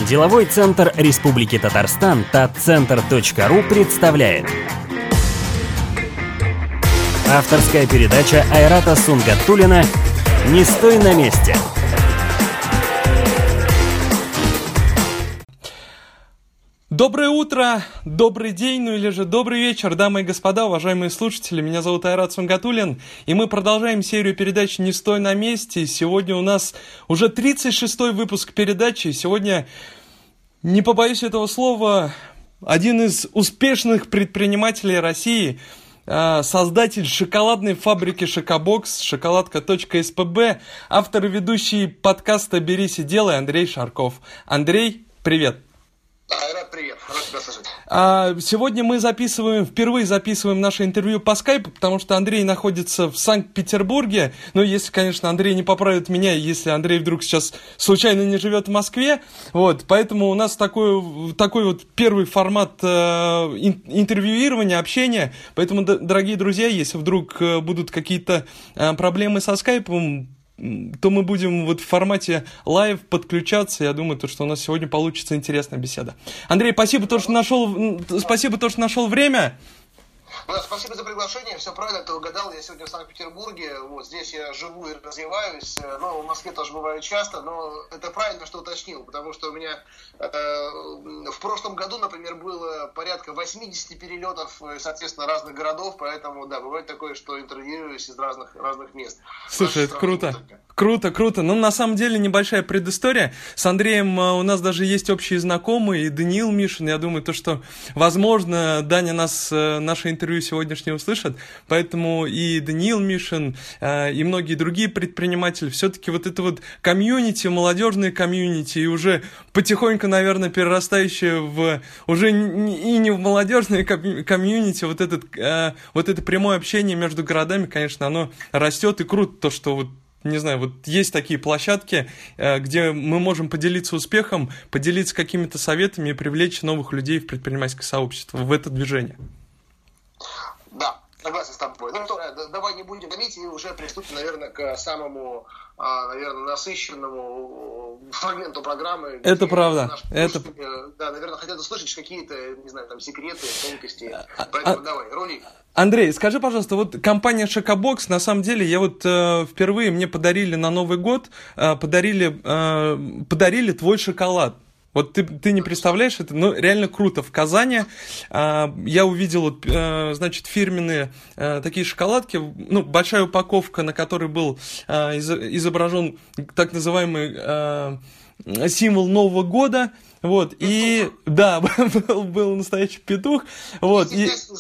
Деловой центр Республики Татарстан tatcenter.ru представляет авторская передача Айрата Сунгатуллина «Не стой на месте». Доброе утро, добрый день, ну или же добрый вечер, дамы и господа, уважаемые слушатели. Меня зовут Айрат Сунгатуллин, и мы продолжаем серию передач «Не стой на месте». Сегодня у нас уже 36-й выпуск передачи. Сегодня, не побоюсь этого слова, один из успешных предпринимателей России, создатель шоколадной фабрики «Шокобокс», шоколадка.спб, автор и ведущий подкаста «Берись и делай» Андрей Шарков. Андрей, привет. Айрат, привет. Рад тебя слышать. Сегодня мы впервые записываем наше интервью по скайпу, потому что Андрей находится в Санкт-Петербурге. Ну, если, конечно, Андрей не поправит меня, если Андрей вдруг сейчас случайно не живет в Москве. Вот, поэтому у нас такой вот первый формат интервьюирования, общения. Поэтому, дорогие друзья, если вдруг будут какие-то проблемы со скайпом, то мы будем вот в формате лайв подключаться. Я думаю, что у нас сегодня получится интересная беседа. Андрей, спасибо, что нашел время. Да, спасибо за приглашение, все правильно, ты угадал, я сегодня в Санкт-Петербурге, вот здесь я живу и развиваюсь, но в Москве тоже бываю часто, но это правильно, что уточнил, потому что у меня в прошлом году, например, было порядка 80 перелетов, соответственно, разных городов, поэтому, да, бывает такое, что интервьюируюсь из разных мест. Слушай, это круто. Круто. Ну, на самом деле, небольшая предыстория. С Андреем у нас даже есть общие знакомые, и Даниил Мишин. Я думаю, что, возможно, Даня наше интервью сегодняшнее услышит. Поэтому и Даниил Мишин, и многие другие предприниматели, все-таки вот это вот комьюнити, молодежное комьюнити, и уже потихоньку, наверное, перерастающее в уже и не в молодежное комьюнити, вот это прямое общение между городами, конечно, оно растет, и круто то, что вот не знаю, вот есть такие площадки, где мы можем поделиться успехом, поделиться какими-то советами и привлечь новых людей в предпринимательское сообщество, в это движение. Да, согласен с тобой. Ну что, давай не будем томить и уже приступим, наверное, к самому, насыщенному фрагменту программы. Это правда. Да, наверное, хотят услышать какие-то, не знаю, там секреты, тонкости. Поэтому давай, рули. Андрей, скажи, пожалуйста, вот компания «Шокобокс», на самом деле, я вот впервые мне подарили на Новый год, подарили твой шоколад. Вот ты не представляешь, это реально круто. В Казани я увидел, значит, фирменные такие шоколадки, большая упаковка, на которой был изображен так называемый символ Нового года. Вот, и да, был настоящий петух. Вот,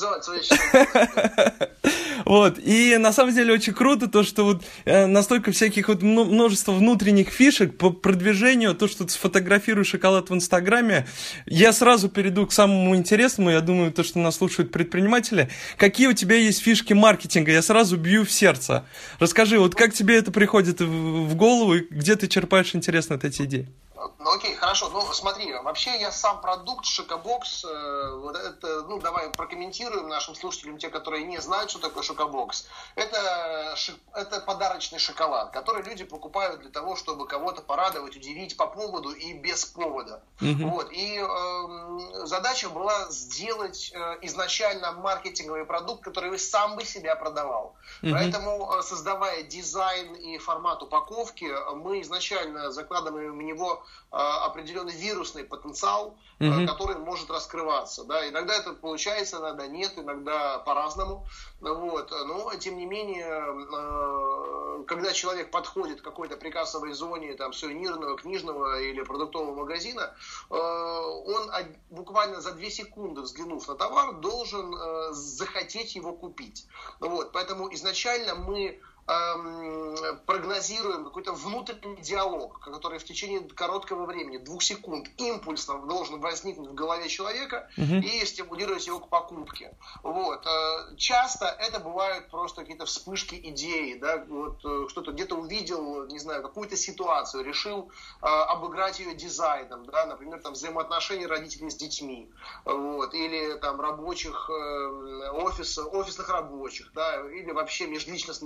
вот, и на самом деле очень круто то, что вот настолько всяких вот множество внутренних фишек по продвижению, то, что ты сфотографируешь шоколад в Инстаграме. Я сразу перейду к самому интересному, я думаю, то, что нас слушают предприниматели. Какие у тебя есть фишки маркетинга? Я сразу бью в сердце. Расскажи, вот как тебе это приходит в голову, и где ты черпаешь интересно от эти идеи? Ну окей, хорошо. Ну смотри, вообще я сам продукт Шокобокс, вот это, давай прокомментируем нашим слушателям, те, которые не знают, что такое Шокобокс. Это подарочный шоколад, который люди покупают для того, чтобы кого-то порадовать, удивить по поводу и без повода. Вот. И задача была сделать изначально маркетинговый продукт, который сам бы себя продавал. Поэтому, создавая дизайн и формат упаковки, мы изначально закладываем в него определенный вирусный потенциал, который может раскрываться. Да? Иногда это получается, иногда нет, иногда по-разному. Вот. Но, тем не менее, когда человек подходит к какой-то прикассовой зоне там, сувенирного, книжного или продуктового магазина, он буквально за 2 секунды, взглянув на товар, должен захотеть его купить. Вот. Поэтому изначально мы прогнозируем какой-то внутренний диалог, который в течение короткого времени, 2 секунд, импульсно должен возникнуть в голове человека и стимулировать его к покупке. Вот. Часто это бывают просто какие-то вспышки идеи, да? Вот, что-то где-то увидел, не знаю, какую-то ситуацию, решил обыграть ее дизайном, да? Например, там, взаимоотношения родителей с детьми, вот, или там, офисных рабочих, да? Или вообще межличностные какие-то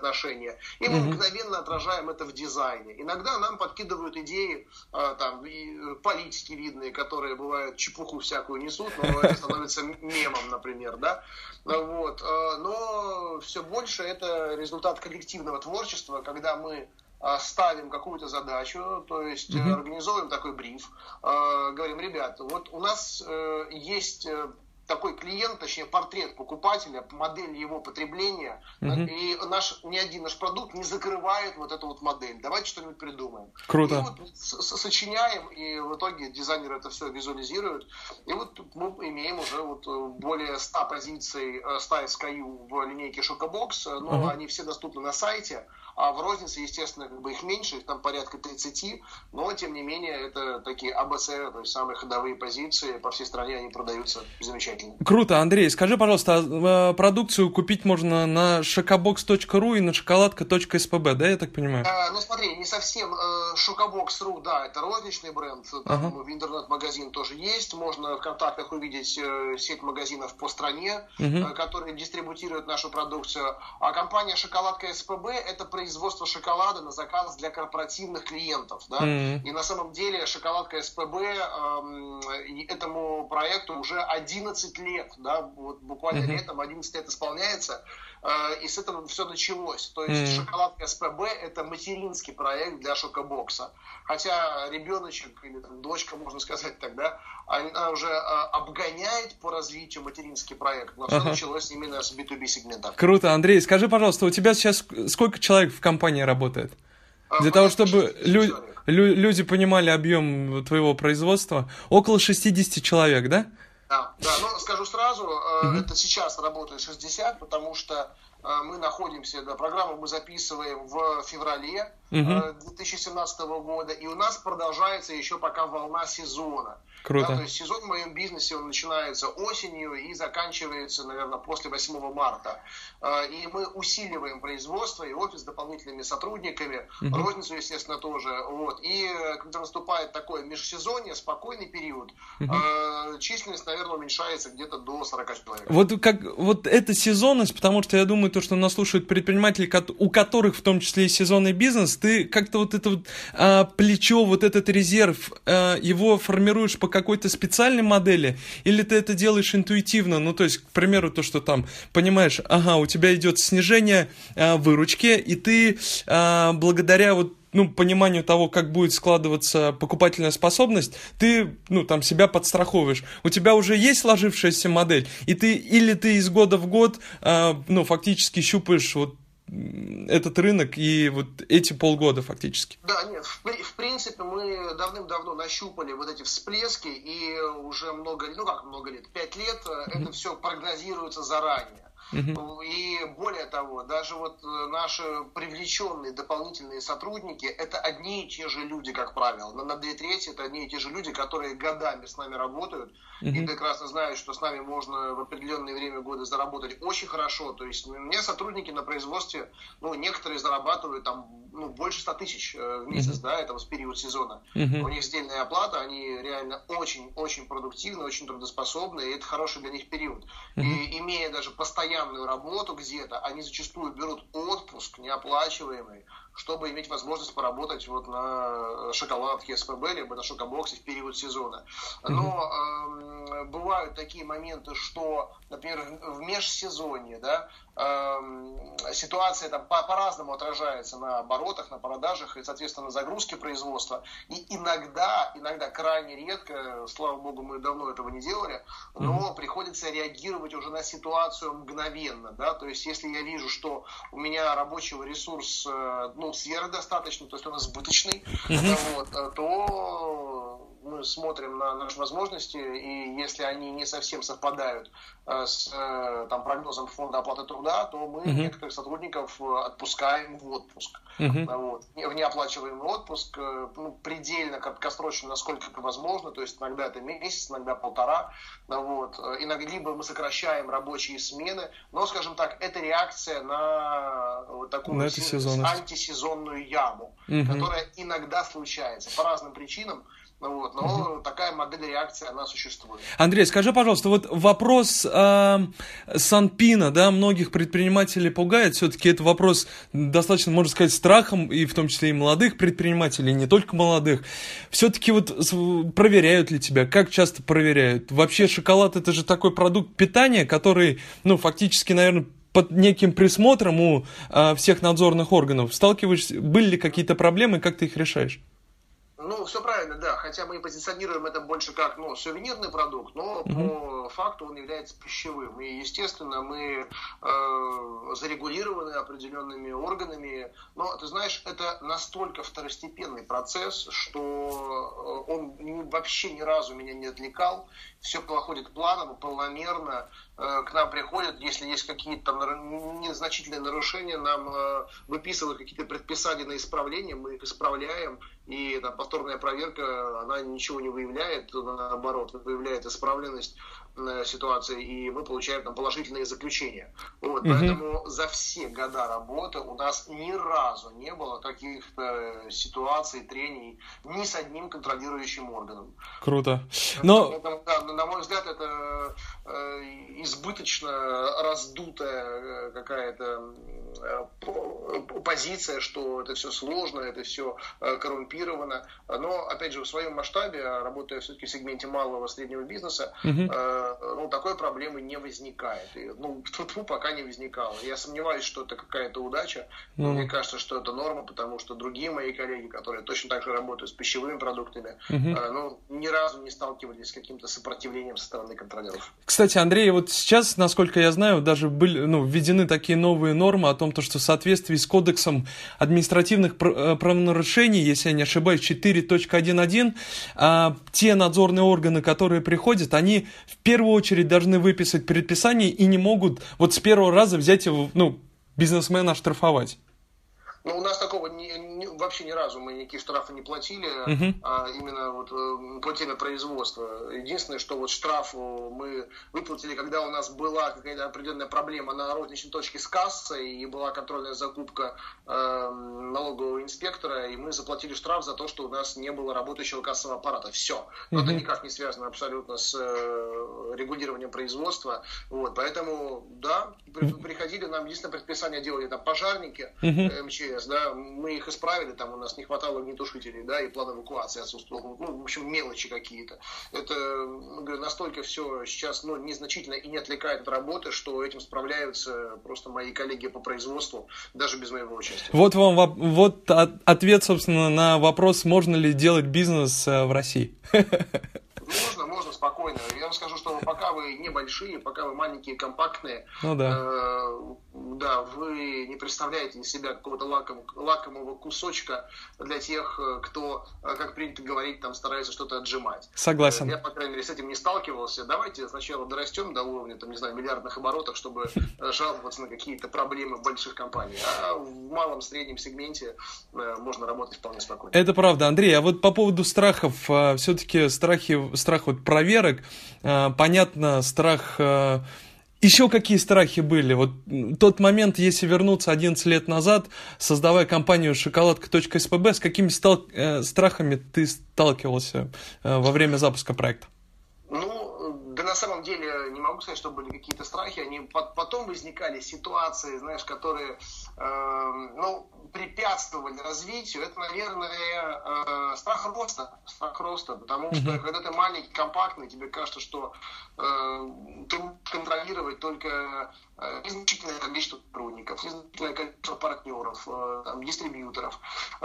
отношения, и мы мгновенно отражаем это в дизайне. Иногда нам подкидывают идеи, там, политики видные, которые бывают чепуху всякую несут, но это становится мемом, например, да. Вот. Но все больше это результат коллективного творчества, когда мы ставим какую-то задачу, то есть организовываем такой бриф, говорим: ребят, вот у нас есть такой клиент, точнее портрет покупателя, модель его потребления, и ни один наш продукт не закрывает вот эту вот модель. Давайте что-нибудь придумаем. Круто. И вот сочиняем, и в итоге дизайнеры это все визуализируют. И вот мы имеем уже вот более 100 позиций 100 SKU в линейке Шокобокс, но они все доступны на сайте, а в рознице, естественно, как бы их меньше, их там порядка 30, но тем не менее это такие АБЦ, то есть самые ходовые позиции, по всей стране они продаются замечательно. Круто. Андрей, скажи, пожалуйста, продукцию купить можно на shokobox.ru и на шоколадка.спб, да, я так понимаю? Ну смотри, не совсем. Shokobox.ru, да, это розничный бренд, там в интернет-магазин тоже есть, можно в контактах увидеть сеть магазинов по стране, которые дистрибутируют нашу продукцию, а компания Шоколадка СПБ это производство шоколада на заказ для корпоративных клиентов, да, и на самом деле Шоколадка СПБ этому проекту уже 11 лет, да, вот буквально летом 11 лет исполняется, и с этого все началось. То есть Шоколадка СПБ это материнский проект для Шокобокса. Хотя ребеночек или там, дочка, можно сказать тогда, она уже обгоняет по развитию материнский проект, но все началось именно с B2B сегмента. Круто. Андрей, скажи, пожалуйста, у тебя сейчас сколько человек в компании работает? Для того, чтобы люди понимали объем твоего производства, около 60 человек, да? Да, ну скажу сразу, это сейчас работает 60, потому что мы находимся, программу мы записываем в феврале 2017 года, и у нас продолжается еще пока волна сезона. Круто. Да, то есть сезон в моем бизнесе он начинается осенью и заканчивается, наверное, после 8 марта. И мы усиливаем производство и офис с дополнительными сотрудниками, розницу, естественно, тоже. Вот. И когда наступает такое межсезонье, спокойный период, численность, наверное, уменьшается где-то до 40 человек. Вот эта сезонность, потому что я думаю, то, что нас слушают предприниматели, у которых в том числе и сезонный бизнес, ты как-то вот это вот плечо, вот этот резерв, его формируешь по какой-то специальной модели, или ты это делаешь интуитивно? Ну, то есть, к примеру, то, что там, понимаешь, у тебя идет снижение выручки, и ты благодаря вот пониманию того, как будет складываться покупательная способность, ты, там, себя подстраховываешь. У тебя уже есть сложившаяся модель, и ты из года в год, фактически щупаешь вот этот рынок и вот эти полгода фактически. Да, нет, в принципе, мы давным-давно нащупали вот эти всплески, и уже много лет, 5 лет, это все прогнозируется заранее. И более того, даже вот наши привлеченные дополнительные сотрудники, это одни и те же люди, как правило. На 2/3 это одни и те же люди, которые годами с нами работают и прекрасно знают, что с нами можно в определенное время года заработать очень хорошо. То есть у меня сотрудники на производстве, некоторые зарабатывают там больше 100 тысяч в месяц, да, это вот период сезона. У них сдельная оплата, они реально очень-очень продуктивны, очень трудоспособны, и это хороший для них период. И имея даже постоянную работу где-то, они зачастую берут отпуск неоплачиваемый, чтобы иметь возможность поработать вот на Шоколадке СПБ, либо на Шокобоксе в период сезона. Но бывают такие моменты, что, например, в межсезонье, да, ситуация там по-разному отражается на оборотах, на продажах и, соответственно, на загрузке производства. И иногда, крайне редко, слава богу, мы давно этого не делали, но приходится реагировать уже на ситуацию мгновенно. Да? То есть, если я вижу, что у меня рабочего ресурса сверхдостаточно, то есть он избыточный, то мы смотрим на наши возможности, и если они не совсем совпадают с прогнозом фонда оплаты труда, то мы некоторых сотрудников отпускаем в отпуск. В неоплачиваемый отпуск, предельно краткосрочно, насколько это возможно, то есть иногда это месяц, иногда 1,5. Иногда либо мы сокращаем рабочие смены, но, скажем так, это реакция на вот такую антисезонную яму, которая иногда случается по разным причинам. Вот, но такая модель реакции, она существует. Андрей, скажи, пожалуйста, вот вопрос Санпина, да, многих предпринимателей пугает. Все-таки это вопрос достаточно, можно сказать, страхом, и в том числе и молодых предпринимателей, и не только молодых. Все-таки вот проверяют ли тебя? Как часто проверяют? Вообще шоколад — это же такой продукт питания, который, ну, фактически, наверное, под неким присмотром у всех надзорных органов. Сталкиваешься, были ли какие-то проблемы, как ты их решаешь? Ну, все правильно, да. Хотя мы позиционируем это больше как, ну, сувенирный продукт, но по факту он является пищевым. И, естественно, мы зарегулированы определенными органами. Но, ты знаешь, это настолько второстепенный процесс, что он вообще ни разу меня не отвлекал. Все проходит планово, планомерно. К нам приходят, если есть какие-то незначительные нарушения, нам выписывают какие-то предписания на исправление, мы их исправляем, и там, повторная проверка, она ничего не выявляет, наоборот, выявляет исправленность ситуации, и мы получаем там положительные заключения. Вот, поэтому за все года работы у нас ни разу не было каких-то ситуаций, трений ни с одним контролирующим органом. Круто. Но... На мой взгляд, это избыточно раздутая какая-то позиция, что это все сложно, это все коррумпировано. Но, опять же, в своем масштабе, работая все-таки в сегменте малого и среднего бизнеса, ну, такой проблемы не возникает. И, ну, пока не возникало. Я сомневаюсь, что это какая-то удача. Мне кажется, что это норма, потому что другие мои коллеги, которые точно так же работают с пищевыми продуктами, ну, ни разу не сталкивались с каким-то сопротивлением со стороны контролеров. Кстати, Андрей, вот сейчас, насколько я знаю, даже были введены такие новые нормы о том, что в соответствии с кодексом административных правонарушений, если я не ошибаюсь, 4.1.1, те надзорные органы, которые приходят, они в первую очередь должны выписать предписание и не могут вот с первого раза взять его, ну, бизнесмена оштрафовать. Ну, у нас такого вообще ни разу мы никакие штрафы не платили, а именно вот платили на производство. Единственное, что вот штраф мы выплатили, когда у нас была какая-то определенная проблема на розничной точке с кассой, и была контрольная закупка налогового инспектора, и мы заплатили штраф за то, что у нас не было работающего кассового аппарата. Все. Но это никак не связано абсолютно с регулированием производства. Вот. Поэтому, да, приходили, нам единственное предписание делали там пожарники, МЧС, да, мы их исправили, там у нас не хватало огнетушителей, да, и план эвакуации отсутствовал, ну, в общем, мелочи какие-то. Это, говорю, настолько все сейчас, ну, незначительно и не отвлекает от работы, что этим справляются просто мои коллеги по производству, даже без моего участия. Вот вам вот ответ, собственно, на вопрос, можно ли делать бизнес в России. Можно спокойно. Я вам скажу, что пока вы небольшие, пока вы маленькие, компактные, да, вы не представляете из себя какого-то лакомого кусочка для тех, кто, как принято говорить, там старается что-то отжимать. Согласен. Я, по крайней мере, с этим не сталкивался. Давайте сначала дорастем до уровня, там, не знаю, миллиардных оборотов, чтобы жаловаться на какие-то проблемы больших компаний. А в малом, среднем сегменте можно работать вполне спокойно. Это правда, Андрей. А вот по поводу страхов, все-таки страх вот проверок, понятно, страх... Еще какие страхи были? Вот тот момент, если вернуться 11 лет назад, создавая компанию шоколадка.спб, с какими страхами ты сталкивался во время запуска проекта? Ну, да на самом деле не могу сказать, что были какие-то страхи. Они потом возникали ситуации, знаешь, которые препятствовали развитию. Это, наверное, страх роста. Потому что когда ты маленький, компактный, тебе кажется, что ты можешь контролировать только незначительное количество сотрудников, незначительное количество партнеров, там, дистрибьюторов,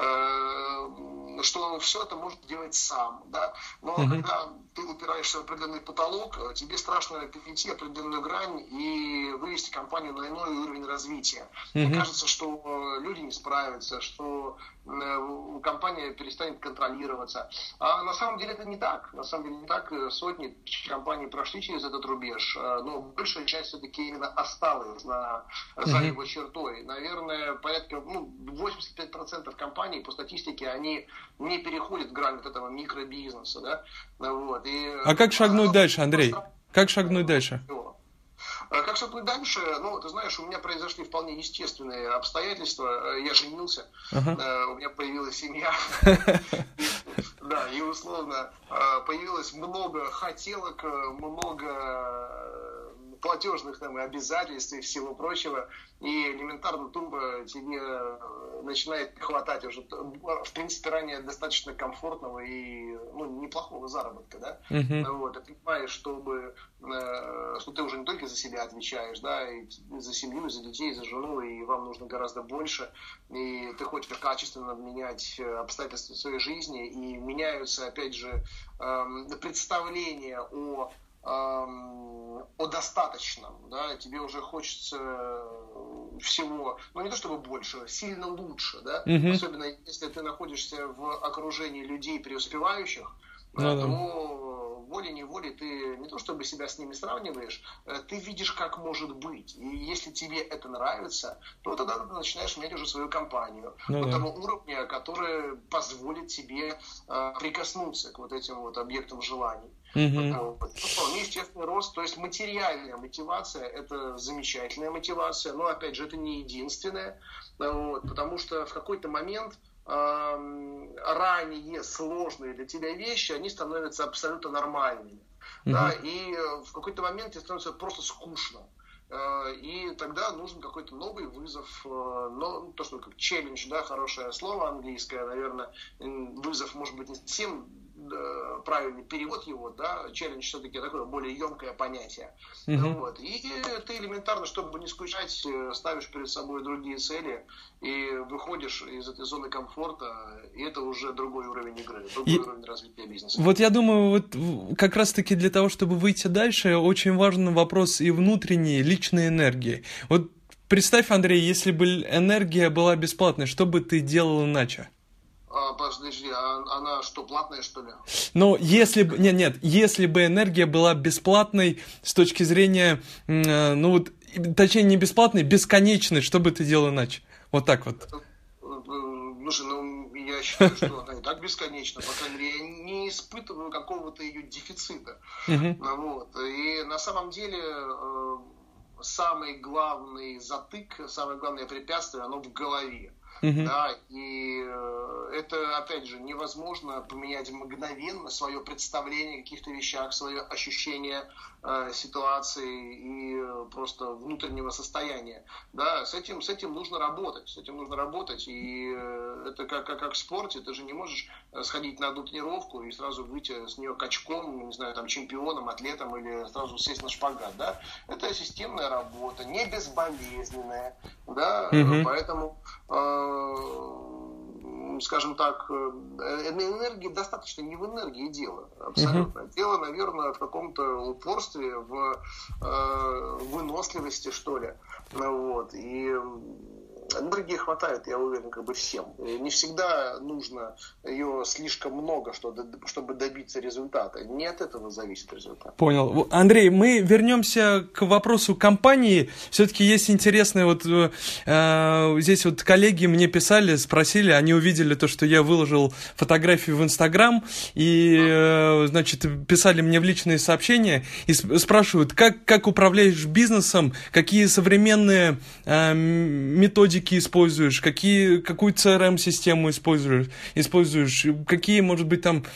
что все это может делать сам. Да? Но когда ты упираешься в определенный потолок, тебе страшно перейти определенную грань и вывести компанию на иной уровень развития. Мне кажется, что люди не справятся, что компания перестанет контролироваться. А на самом деле это не так. На самом деле не так. Сотни тысяч компаний прошли через этот рубеж, но большая часть все-таки именно осталась за его чертой. Наверное, порядка 85% компаний по статистике они не переходят грань вот этого микробизнеса. Да? Вот. А как шагнуть дальше, Андрей? Как шагнуть дальше? Как шагнуть дальше? Ну, ты знаешь, у меня произошли вполне естественные обстоятельства. Я женился, у меня появилась семья. Да, и условно появилось много хотелок, много платежных там обязательств и всего прочего, и элементарно тупо тебе начинает хватать уже, в принципе, ранее достаточно комфортного и неплохого заработка, да? Вот, ты понимаешь, что ты уже не только за себя отвечаешь, да, и за семью, и за детей, и за жену, и вам нужно гораздо больше, и ты хочешь качественно менять обстоятельства своей жизни, и меняются, опять же, представления о достаточном, да, тебе уже хочется всего, не то чтобы больше, сильно лучше, да, особенно если ты находишься в окружении людей преуспевающих, то волей-неволей ты не то чтобы себя с ними сравниваешь, ты видишь, как может быть. И если тебе это нравится, то тогда ты начинаешь иметь уже свою компанию по тому уровню, который позволит тебе прикоснуться к вот этим вот объектам желаний. Вполне естественный рост, то есть материальная мотивация – это замечательная мотивация, но опять же это не единственная, потому что в какой-то момент ранее сложные для тебя вещи, они становятся абсолютно нормальными. Да, и в какой-то момент тебе становится просто скучно. И тогда нужен какой-то новый вызов, то, что как челлендж, да, хорошее слово английское, наверное, вызов, может быть, не совсем правильный перевод его, да, челлендж все-таки такое более емкое понятие. Вот. И ты элементарно, чтобы не скучать, ставишь перед собой другие цели и выходишь из этой зоны комфорта, и это уже другой уровень игры, другой уровень развития бизнеса. Вот я думаю, вот как раз-таки для того, чтобы выйти дальше, очень важен вопрос и внутренней, личной энергии. Вот представь, Андрей, если бы энергия была бесплатной, что бы ты делал иначе? Подожди, она что, платная, что ли? Ну, если бы... Нет, если бы энергия была бесплатной с точки зрения, точнее, не бесплатной, бесконечной, что бы ты делал иначе? Вот так вот. Слушай, я считаю, что она и так бесконечна, по крайней мере, я не испытываю какого-то ее дефицита. Вот. И на самом деле самый главный затык, самое главное препятствие, оно в голове. Да, и это, опять же, невозможно поменять мгновенно свое представление о каких-то вещах, свое ощущение ситуации и просто внутреннего состояния. Да, с этим нужно работать, и это как в спорте, ты же не можешь сходить на одну тренировку и сразу выйти с нее качком, не знаю, там, чемпионом, атлетом или сразу сесть на шпагат, да. Это системная работа, не безболезненная, да, поэтому скажем так, энергии достаточно не в энергии дело, абсолютно. Дело, наверное, в каком-то упорстве, в выносливости, что ли. Вот. И энергии хватает, я уверен, всем. И не всегда нужно ее слишком много, чтобы добиться результата. Не от этого зависит результат. Понял. Андрей, мы вернемся к вопросу компании. Все-таки есть интересное, здесь коллеги мне писали, спросили, они увидели то, что я выложил фотографию в Инстаграм, и, писали мне в личные сообщения и спрашивают, как управляешь бизнесом, какие современные методики используешь, какую CRM-систему используешь, какие, может быть, там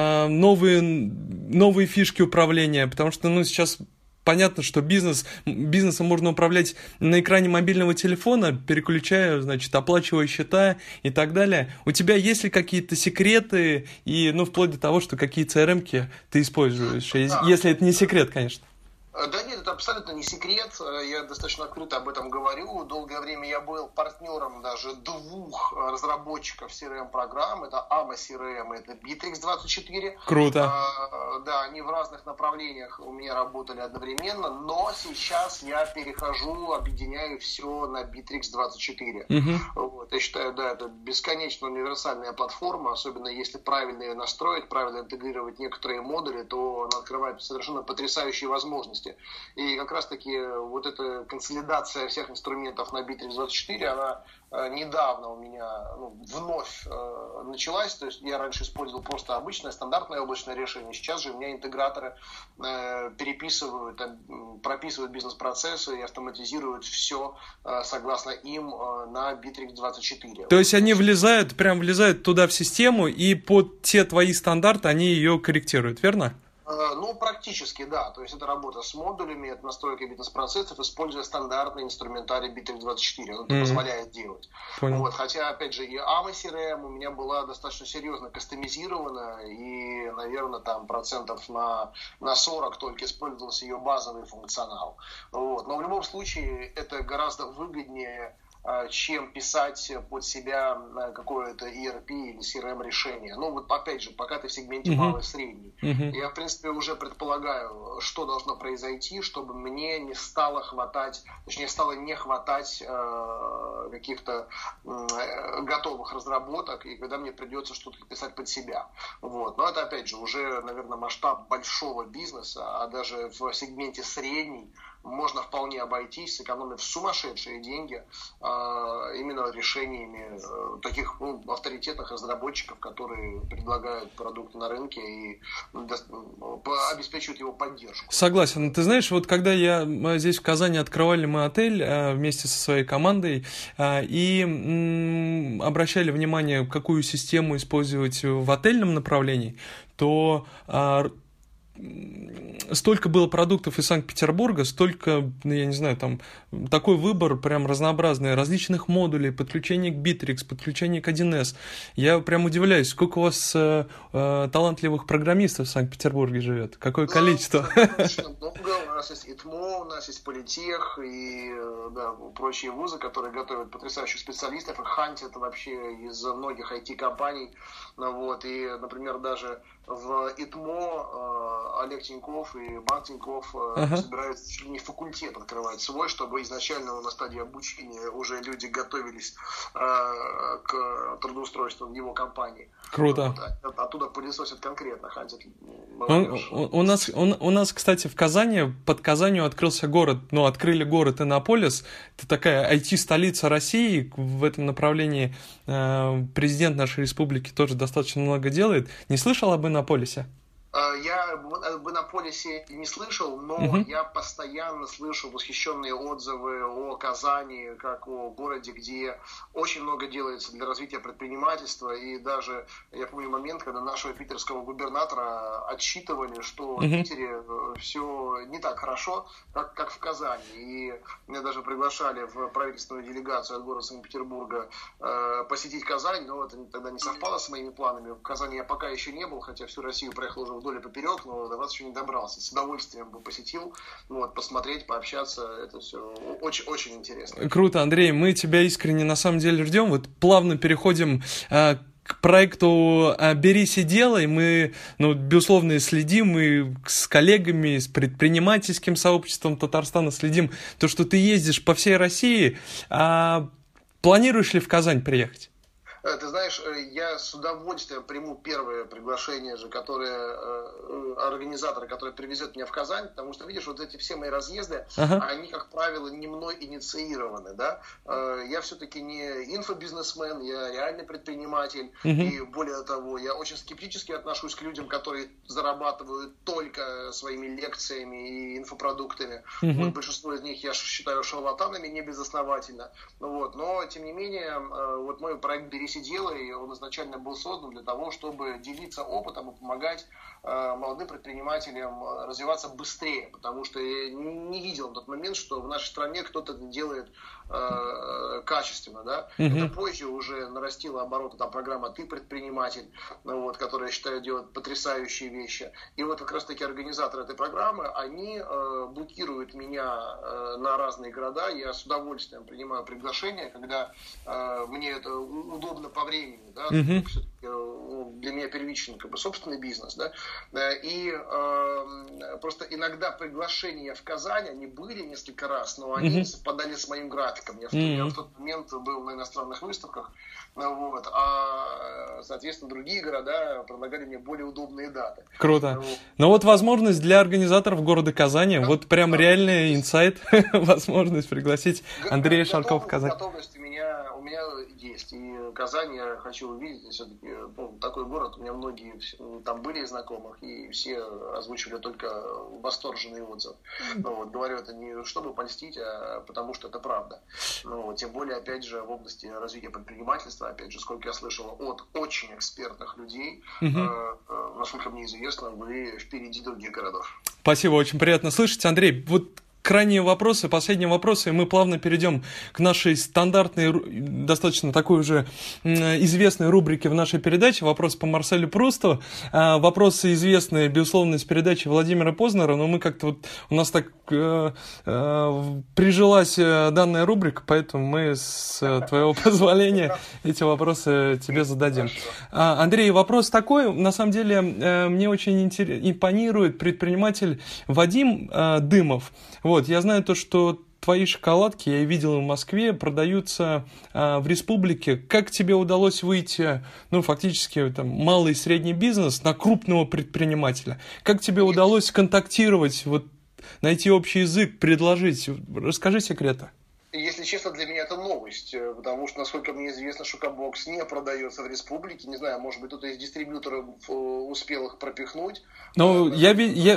новые фишки управления, потому что, сейчас понятно, что бизнесом можно управлять на экране мобильного телефона, переключая, оплачивая счета и так далее. У тебя есть ли какие-то секреты, и, вплоть до того, что какие CRM-ки ты используешь, если это не секрет, конечно. Да нет, это абсолютно не секрет, я достаточно открыто об этом говорю. Долгое время я был партнером даже двух разработчиков CRM-программ, это AMA CRM, это Bittrex24. Круто. Да, они в разных направлениях у меня работали одновременно, но сейчас я перехожу, объединяю все на Bittrex24. Вот, я считаю, да, это бесконечно универсальная платформа, особенно если правильно ее настроить, правильно интегрировать некоторые модули, то она открывает совершенно потрясающие возможности. мощности. И как раз-таки вот эта консолидация всех инструментов на Bittrex24, она недавно у меня вновь началась. То есть я раньше использовал просто обычное стандартное облачное решение. Сейчас же у меня интеграторы переписывают, прописывают бизнес-процессы и автоматизируют все согласно им на Bittrex24. То есть они влезают туда в систему, и под те твои стандарты они ее корректируют, верно? Ну, практически, да. То есть это работа с модулями, это настройка бизнес-процессов, используя стандартный инструментарий Bittrex24. Он это позволяет делать. Вот. Хотя, опять же, и AMA CRM у меня была достаточно серьезно кастомизирована, и, наверное, там процентов на 40 только использовался ее базовый функционал. Вот. Но в любом случае это гораздо выгоднее, чем писать под себя какое-то ERP или CRM решение. Ну вот опять же, пока ты в сегменте малый-средний. Я, в принципе, уже предполагаю, что должно произойти, чтобы мне не стало не хватать каких-то готовых разработок, и когда мне придется что-то писать под себя. Вот. Но это, опять же, уже, наверное, масштаб большого бизнеса, а даже в сегменте средний можно вполне обойтись, сэкономив сумасшедшие деньги именно решениями таких авторитетных разработчиков, которые предлагают продукт на рынке и обеспечивают его поддержку. Согласен. Ты знаешь, вот когда я здесь в Казани открывали мы отель вместе со своей командой и обращали внимание, какую систему использовать в отельном направлении, то столько было продуктов из Санкт-Петербурга, столько, я не знаю, там такой выбор прям разнообразный, различных модулей, подключение к Bittrex, подключение к 1С. Я прям удивляюсь, сколько у вас талантливых программистов в Санкт-Петербурге живет, какое количество. Очень много. У нас есть ИТМО, у нас есть Политех и прочие вузы, которые готовят потрясающих специалистов и хантят вообще из многих IT-компаний. Вот. И, например, даже в ИТМО Олег Тиньков и Марк Тиньков собираются чуть ли не факультет открывать свой, чтобы изначально на стадии обучения уже люди готовились к трудоустройству в его компании. Круто. Вот, оттуда пылесосят конкретно, хантят. У нас, кстати, в Казани, под Казанью открылся город, открыли город Иннополис. Это такая IT-столица России. В этом направлении президент нашей республики тоже достаточно много делает. Не слышал об Иннополисе? Я об Иннополисе не слышал, но я постоянно слышу восхищенные отзывы о Казани, как о городе, где очень много делается для развития предпринимательства. И даже я помню момент, когда нашего питерского губернатора отчитывали, что в Питере все не так хорошо, как в Казани. И меня даже приглашали в правительственную делегацию от города Санкт-Петербурга посетить Казань, но это тогда не совпало с моими планами. В Казани я пока еще не был, хотя всю Россию проехал уже вдоль и поперек, но до вас еще не добрался. С удовольствием бы посетил, посмотреть, пообщаться. Это все очень интересно. Круто, Андрей, мы тебя искренне на самом деле ждем. Вот плавно переходим к проекту «Берись и делай». Мы, безусловно, следим и с коллегами, с предпринимательским сообществом Татарстана следим. То, что ты ездишь по всей России, планируешь ли в Казань приехать? Ты знаешь, я с удовольствием приму первое приглашение, которое организатора, который привезет меня в Казань, потому что, видишь, вот эти все мои разъезды, они, как правило, не мной инициированы, да. Я все-таки не инфобизнесмен, я реальный предприниматель, и более того, я очень скептически отношусь к людям, которые зарабатывают только своими лекциями и инфопродуктами. Вот, большинство из них я считаю шарлатанами небезосновательно, но, тем не менее, вот мой проект «Берись и делай», он изначально был создан для того, чтобы делиться опытом и помогать молодым предпринимателям развиваться быстрее, потому что я не видел в тот момент, что в нашей стране кто-то это делает качественно, да. Это позже уже нарастила обороты программа «Ты предприниматель», которая, я считаю, делает потрясающие вещи. И вот как раз-таки организаторы этой программы, они блокируют меня на разные города. Я с удовольствием принимаю приглашение, когда мне это удобно по времени, времени, да, для меня первичный как бы собственный бизнес, да, и просто иногда приглашения в Казань, они были несколько раз, но они не совпадали с моим графиком. Я в тот момент был на иностранных выставках, вот, а, соответственно, другие города предлагали мне более удобные даты. Круто. Ну вот возможность для организаторов города Казани, вот прям реальный инсайт, возможность пригласить Андрея Шаркова в Казань. Готовность у меня есть. И Казань я хочу увидеть. Все-таки такой город, у меня многие там были знакомых, и все озвучивали только восторженные отзывы. Вот, говорю это не чтобы польстить, а потому что это правда. Тем более, опять же, в области развития предпринимательства, опять же, сколько я слышал от очень экспертных людей, насколько мне известно, вы впереди других городов. Спасибо, очень приятно слышать. Андрей, вот крайние вопросы, последние вопросы, и мы плавно перейдем к нашей стандартной, достаточно такой уже известной рубрике в нашей передаче «Вопрос по Марселю Прусту». Вопросы известные, безусловно, из передачи Владимира Познера, но мы как-то вот, у нас так прижилась данная рубрика, поэтому мы, с твоего позволения, эти вопросы тебе зададим. Андрей, вопрос такой, на самом деле, мне очень импонирует предприниматель Вадим Дымов. Вот, я знаю то, что твои шоколадки, я видел в Москве, продаются в республике. Как тебе удалось выйти, фактически, там, малый и средний бизнес на крупного предпринимателя? Как тебе удалось контактировать, вот, найти общий язык, предложить? Расскажи секреты. Если честно, для меня это новость, потому что, насколько мне известно, Шокобокс не продается в республике. Не знаю, может быть, кто-то из дистрибьюторов успел их пропихнуть. Ну, я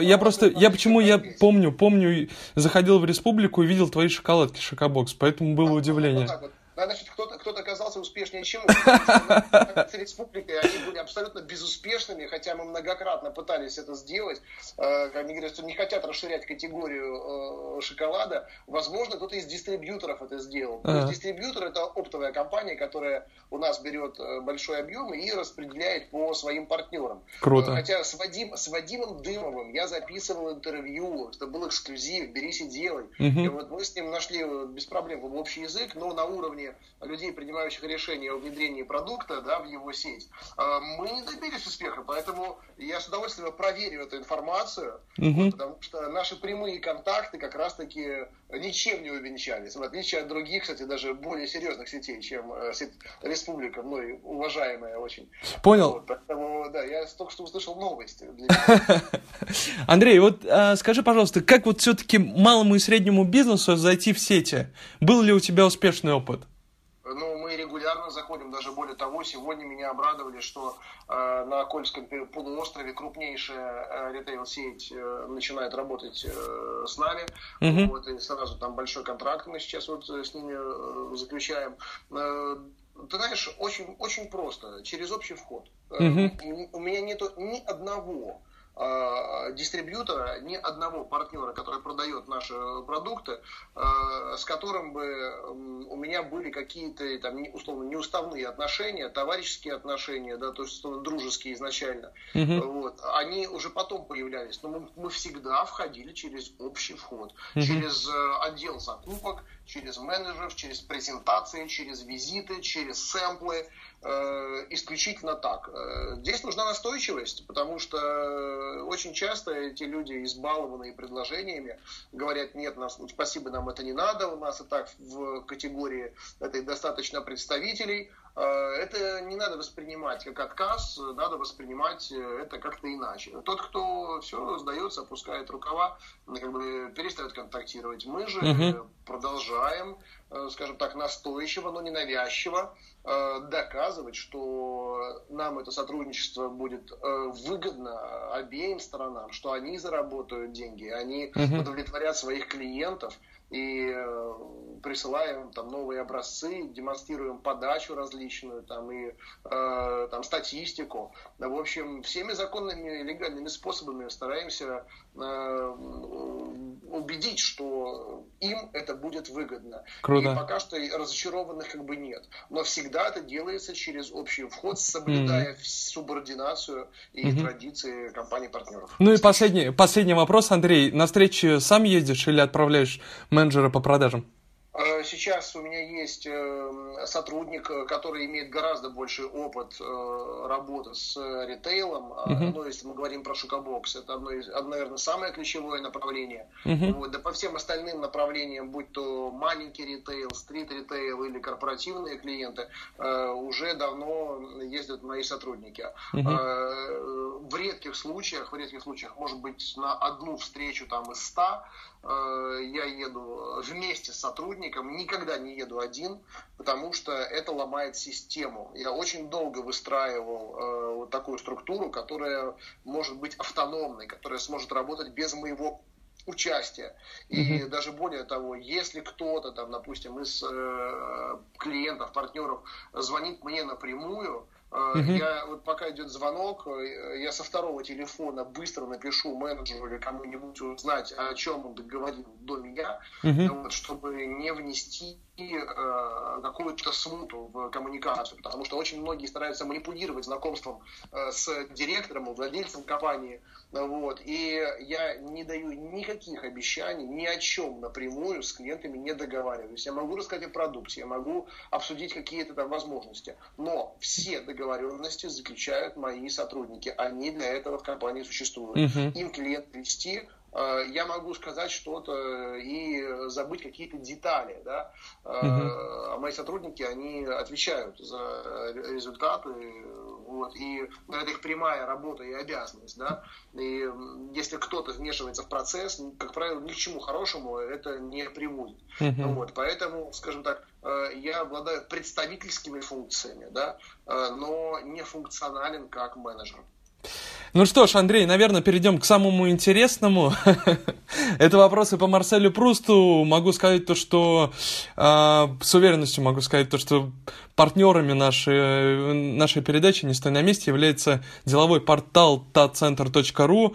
помню, заходил в республику и видел твои шоколадки Шокобокс, поэтому было удивление. Значит, кто-то оказался успешнее, чем мы. С республикой они были абсолютно безуспешными, хотя мы многократно пытались это сделать. Они говорят, что не хотят расширять категорию шоколада. Возможно, кто-то из дистрибьюторов это сделал. То есть дистрибьютор — это оптовая компания, которая у нас берет большой объем и распределяет по своим партнерам. Круто. Хотя с Вадимом Дымовым я записывал интервью, это был эксклюзив, берись и делай. И вот мы с ним нашли без проблем общий язык, но на уровне людей, принимающих решения о внедрении продукта, да, в его сеть, мы не добились успеха, поэтому я с удовольствием проверю эту информацию, потому что наши прямые контакты как раз-таки ничем не увенчались, в отличие от других, кстати, даже более серьезных сетей, чем сеть Республика, мной уважаемая очень. Понял. Вот, поэтому, да, я только что услышал новости. Андрей, вот скажи, пожалуйста, как вот все-таки малому и среднему бизнесу зайти в сети? Был ли у тебя успешный опыт? Ну, мы регулярно заходим, даже более того, сегодня меня обрадовали, что на Кольском полуострове крупнейшая ритейл-сеть начинает работать с нами, вот, и сразу там большой контракт мы сейчас вот с ними заключаем. Ты знаешь, очень, очень просто, через общий вход. У меня нету ни одного дистрибьютора, ни одного партнера, который продает наши продукты, с которым бы у меня были какие-то там условно неуставные отношения, товарищеские отношения, да, то есть дружеские изначально. Вот. Они уже потом появлялись, но мы всегда входили через общий вход, через отдел закупок, через менеджеров, через презентации, через визиты, через сэмплы. Исключительно так. Здесь нужна настойчивость, потому что очень часто эти люди, избалованные предложениями, говорят: нет, спасибо, нам это не надо, у нас и так в категории этой достаточно представителей. Это не надо воспринимать как отказ, надо воспринимать это как-то иначе. Тот, кто все сдается, опускает рукава, как бы перестает контактировать. Мы же продолжаем, скажем так, настойчиво, но ненавязчиво доказывать, что нам это сотрудничество будет выгодно обеим сторонам, что они заработают деньги, они удовлетворят своих клиентов, и присылаем там новые образцы, демонстрируем подачу различную, там, и там, статистику. В общем, всеми законными и легальными способами стараемся убедить, что им это будет выгодно. Круто. И пока что разочарованных как бы нет. Но всегда это делается через общий вход, соблюдая субординацию и традиции компаний-партнеров. Ну и последний вопрос, Андрей. На встречи сам ездишь или отправляешь менеджера по продажам? Сейчас у меня есть сотрудник, который имеет гораздо больший опыт работы с ритейлом. Ну, если мы говорим про Шокобокс, это наверное, самое ключевое направление. Вот. Да по всем остальным направлениям, будь то маленький ритейл, стрит-ритейл или корпоративные клиенты, уже давно ездят мои сотрудники. В редких случаях, может быть, на одну встречу там из 100 я еду вместе с сотрудником, никогда не еду один, потому что это ломает систему. Я очень долго выстраивал вот такую структуру, которая может быть автономной, которая сможет работать без моего участия. И даже более того, если кто-то там, допустим, из клиентов, партнеров звонит мне напрямую, я вот пока идет звонок, я со второго телефона быстро напишу менеджеру или кому-нибудь узнать, о чем он договорил до меня, вот, чтобы не внести какую-то смуту в коммуникацию, потому что очень многие стараются манипулировать знакомством с директором, владельцем компании, вот, и я не даю никаких обещаний, ни о чем напрямую с клиентами не договариваюсь. Я могу рассказать о продукте, я могу обсудить какие-то там возможности, но все договоренности заключают мои сотрудники, они для этого в компании существуют. Им клиент вести, я могу сказать что-то и забыть какие-то детали, да? А мои сотрудники, они отвечают за результаты, вот, и это их прямая работа и обязанность, да? И если кто-то вмешивается в процесс, как правило, ни к чему хорошему это не приводит. Вот, поэтому, скажем так, я обладаю представительскими функциями, да? Но не функционален как менеджер. Ну что ж, Андрей, наверное, перейдем к самому интересному. Это вопросы по Марселю Прусту. Могу сказать то, что с уверенностью могу сказать то, что партнерами нашей передачи «Не стой на месте» является деловой портал tatcenter.ru.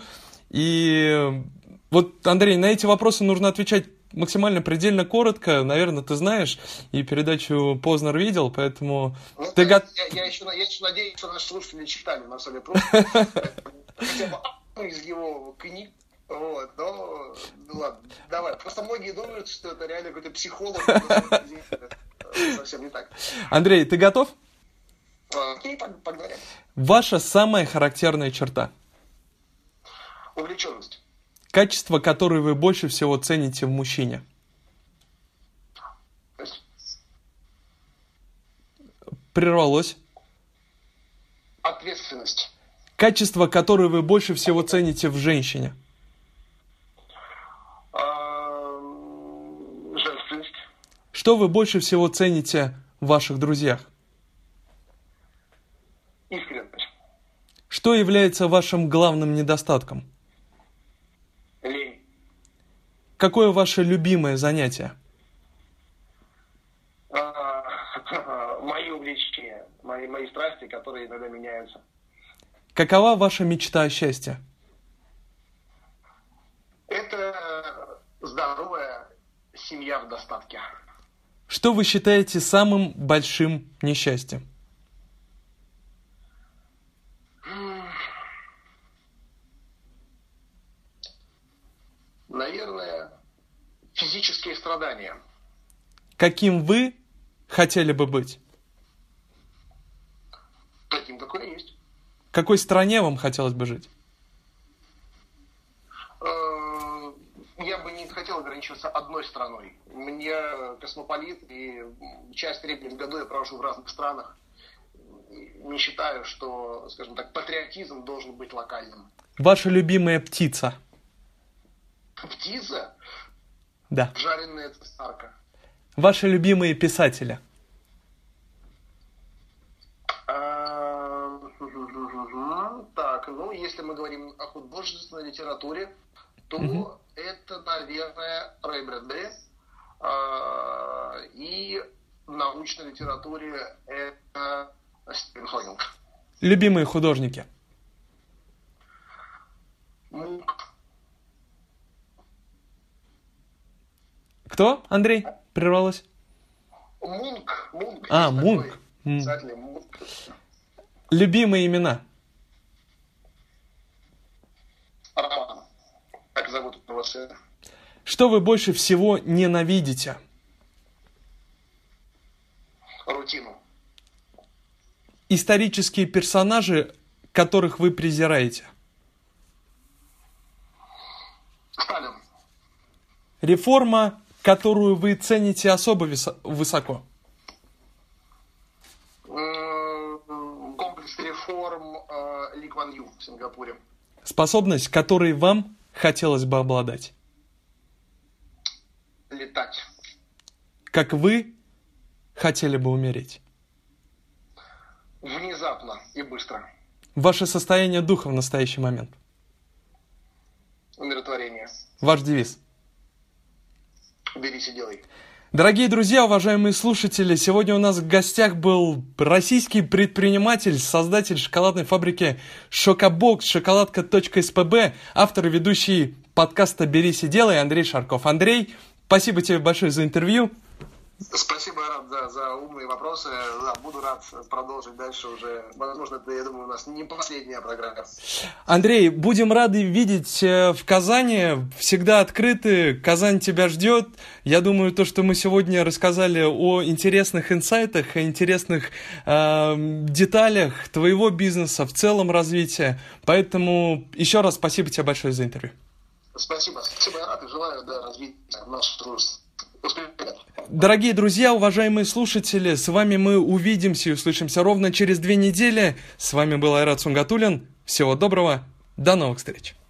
И вот, Андрей, на эти вопросы нужно отвечать максимально предельно коротко. Наверное, ты знаешь, и передачу Познер видел, поэтому... Ну, я еще надеюсь, что наши слушатели читали Марселя Пруста. Хотя бы из его книг. Вот, но, ну ладно, давай. Просто многие думают, что это реально какой-то психолог. Совсем не так. Андрей, ты готов? Окей, погнали. Ваша самая характерная черта? Увлеченность. Качество, которое вы больше всего цените в мужчине? Прервалось. Ответственность. Качество, которое вы больше всего цените в женщине? Женственность. Что вы больше всего цените в ваших друзьях? Искренность. Что является вашим главным недостатком? Лень. Какое ваше любимое занятие? Мои увлечения, мои страсти, которые иногда меняются. Какова ваша мечта о счастье? Это здоровая семья в достатке. Что вы считаете самым большим несчастьем? Наверное, физические страдания. Каким вы хотели бы быть? Таким, какой есть. В какой стране вам хотелось бы жить? Я бы не хотел ограничиваться одной страной. Я космополит, и часть времени в году я провожу в разных странах. Не считаю, что, скажем так, патриотизм должен быть локальным. Ваша любимая птица? Птица? Да. Жареная цесарка. Ваши любимые писатели? Так, ну, если мы говорим о художественной литературе, то это, наверное, Рэй Брэдбери. И в научной литературе это Стивен Хокинг. Любимые художники? Мунк. Кто, Андрей? Прервалось? Мунк. Мунк. Писатель Мунк. Любимые имена? Роман. Как зовут его сына? Что вы больше всего ненавидите? рутину. Исторические персонажи, которых вы презираете. Сталин. Реформа, которую вы цените особо высоко. Комплекс реформ Ли Куан Ю в Сингапуре. Способность, которой вам хотелось бы обладать. Летать. Как вы хотели бы умереть. Внезапно и быстро. Ваше состояние духа в настоящий момент. Умиротворение. Ваш девиз. Берись и делай. Дорогие друзья, уважаемые слушатели, сегодня у нас в гостях был российский предприниматель, создатель шоколадной фабрики Шокобокс, шоколадка.спб, автор и ведущий подкаста «Берись и делай» Андрей Шарков. Андрей, спасибо тебе большое за интервью. Спасибо, Рад, за умные вопросы. Да, буду рад продолжить дальше уже. Возможно, это, я думаю, у нас не последняя программа. Андрей, будем рады видеть в Казани. Всегда открыты. Казань тебя ждет. Я думаю, то, что мы сегодня рассказали о интересных инсайтах, о интересных деталях твоего бизнеса, в целом развития. Поэтому еще раз спасибо тебе большое за интервью. Спасибо. Спасибо, я рад и желаю развить нашу дружбу. Дорогие друзья, уважаемые слушатели, с вами мы увидимся и услышимся ровно через 2 недели. С вами был Айрат Сунгатуллин. Всего доброго, до новых встреч.